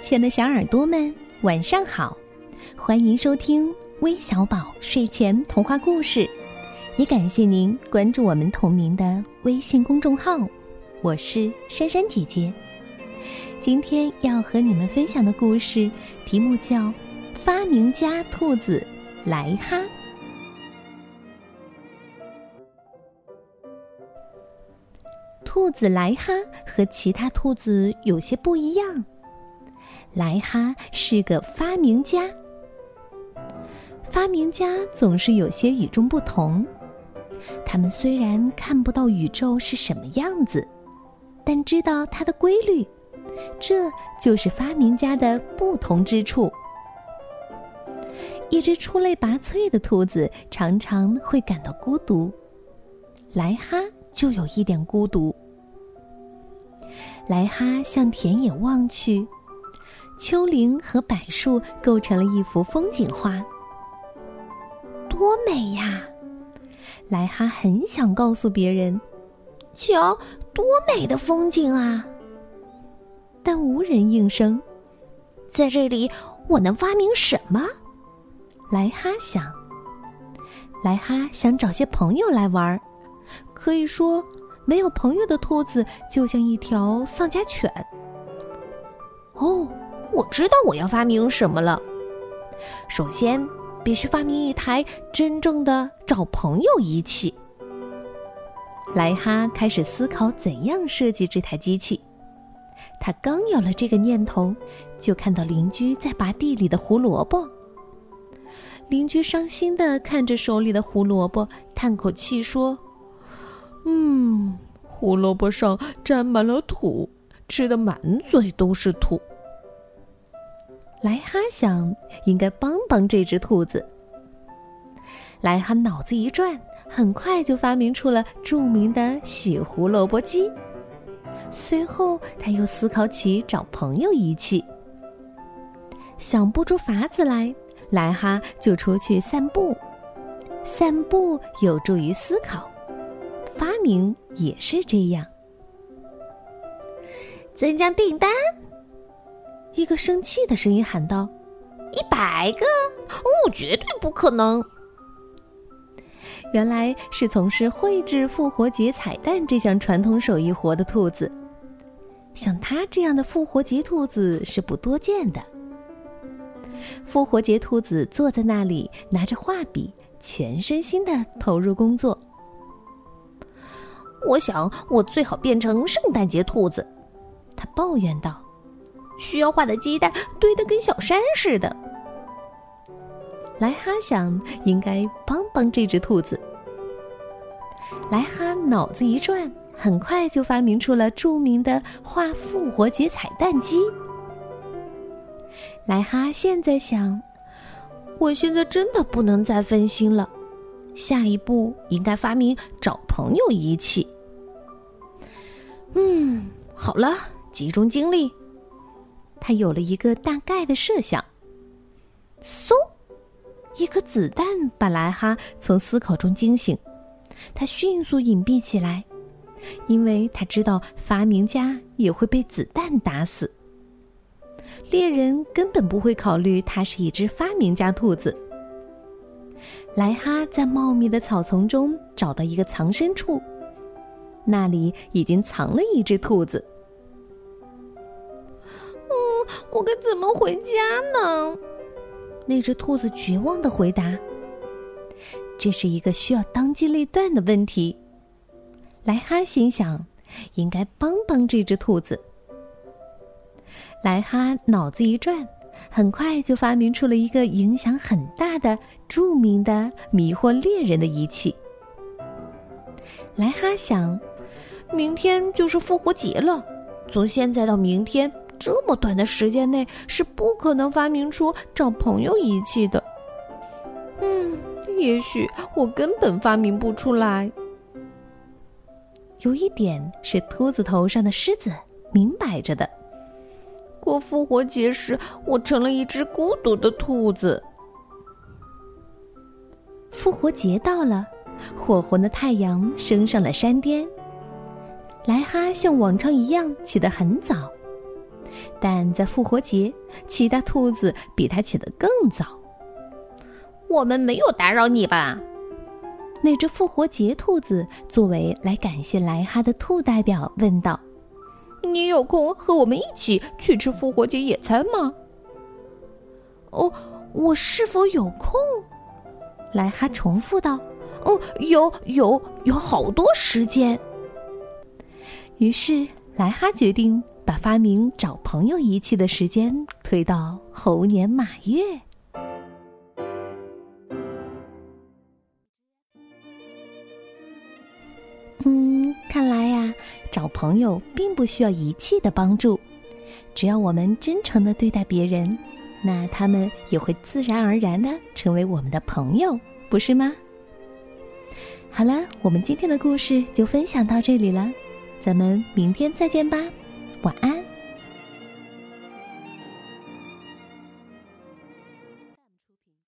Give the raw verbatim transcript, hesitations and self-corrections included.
亲爱的小耳朵们，晚上好！欢迎收听微小宝睡前童话故事，也感谢您关注我们同名的微信公众号，我是珊珊姐姐。今天要和你们分享的故事题目叫《发明家兔子莱哈》。兔子莱哈和其他兔子有些不一样，莱哈是个发明家。发明家总是有些与众不同，他们虽然看不到宇宙是什么样子，但知道它的规律，这就是发明家的不同之处。一只出类拔萃的兔子常常会感到孤独，莱哈就有一点孤独。莱哈向田野望去，丘陵和柏树构成了一幅风景画，多美呀！莱哈很想告诉别人，瞧，多美的风景啊！但无人应声。在这里，我能发明什么？莱哈想。莱哈想找些朋友来玩，可以说，没有朋友的兔子就像一条丧家犬。哦，我知道我要发明什么了。首先，必须发明一台真正的找朋友仪器。莱哈开始思考怎样设计这台机器。他刚有了这个念头，就看到邻居在拔地里的胡萝卜。邻居伤心地看着手里的胡萝卜，叹口气说：嗯，胡萝卜上沾满了土，吃得满嘴都是土。莱哈想，应该帮帮这只兔子。莱哈脑子一转，很快就发明出了著名的洗胡萝卜机。随后，他又思考起找朋友仪器。想不出法子来，莱哈就出去散步。散步有助于思考，发明也是这样。增加订单！一个生气的声音喊道：一百个？哦，绝对不可能！原来是从事绘制复活节彩蛋这项传统手艺活的兔子。像他这样的复活节兔子是不多见的。复活节兔子坐在那里，拿着画笔，全身心地投入工作。我想我最好变成圣诞节兔子，他抱怨道，需要画的鸡蛋堆得跟小山似的。莱哈想，应该帮帮这只兔子。莱哈脑子一转，很快就发明出了著名的画复活节彩蛋机。莱哈现在想，我现在真的不能再分心了，下一步应该发明找朋友仪器。嗯，好了，集中精力。他有了一个大概的设想。嗖，一颗子弹把莱哈从思考中惊醒，他迅速隐蔽起来，因为他知道发明家也会被子弹打死。猎人根本不会考虑他是一只发明家兔子。莱哈在茂密的草丛中找到一个藏身处，那里已经藏了一只兔子。嗯，我该怎么回家呢？那只兔子绝望地回答。这是一个需要当机立断的问题。莱哈心想，应该帮帮这只兔子。莱哈脑子一转，很快就发明出了一个影响很大的著名的迷惑猎人的仪器。莱哈想，明天就是复活节了，从现在到明天这么短的时间内是不可能发明出找朋友仪器的。嗯，也许我根本发明不出来。有一点是秃子头上的虱子明摆着的，过复活节时，我成了一只孤独的兔子。复活节到了，火红的太阳升上了山巅。莱哈像往常一样起得很早， 但在复活节，其他兔子比它起得更早。 我们没有打扰你吧？ 那只复活节兔子作为来感谢莱哈的兔代表问道： 你有空和我们一起去吃复活节野餐吗？ 哦，我是否有空？莱哈重复道：哦，有有有好多时间。于是莱哈决定把发明找朋友仪器的时间推到猴年马月。嗯，看来呀，找朋友并不需要仪器的帮助，只要我们真诚地对待别人，那他们也会自然而然地成为我们的朋友，不是吗？好了，我们今天的故事就分享到这里了，咱们明天再见吧，晚安。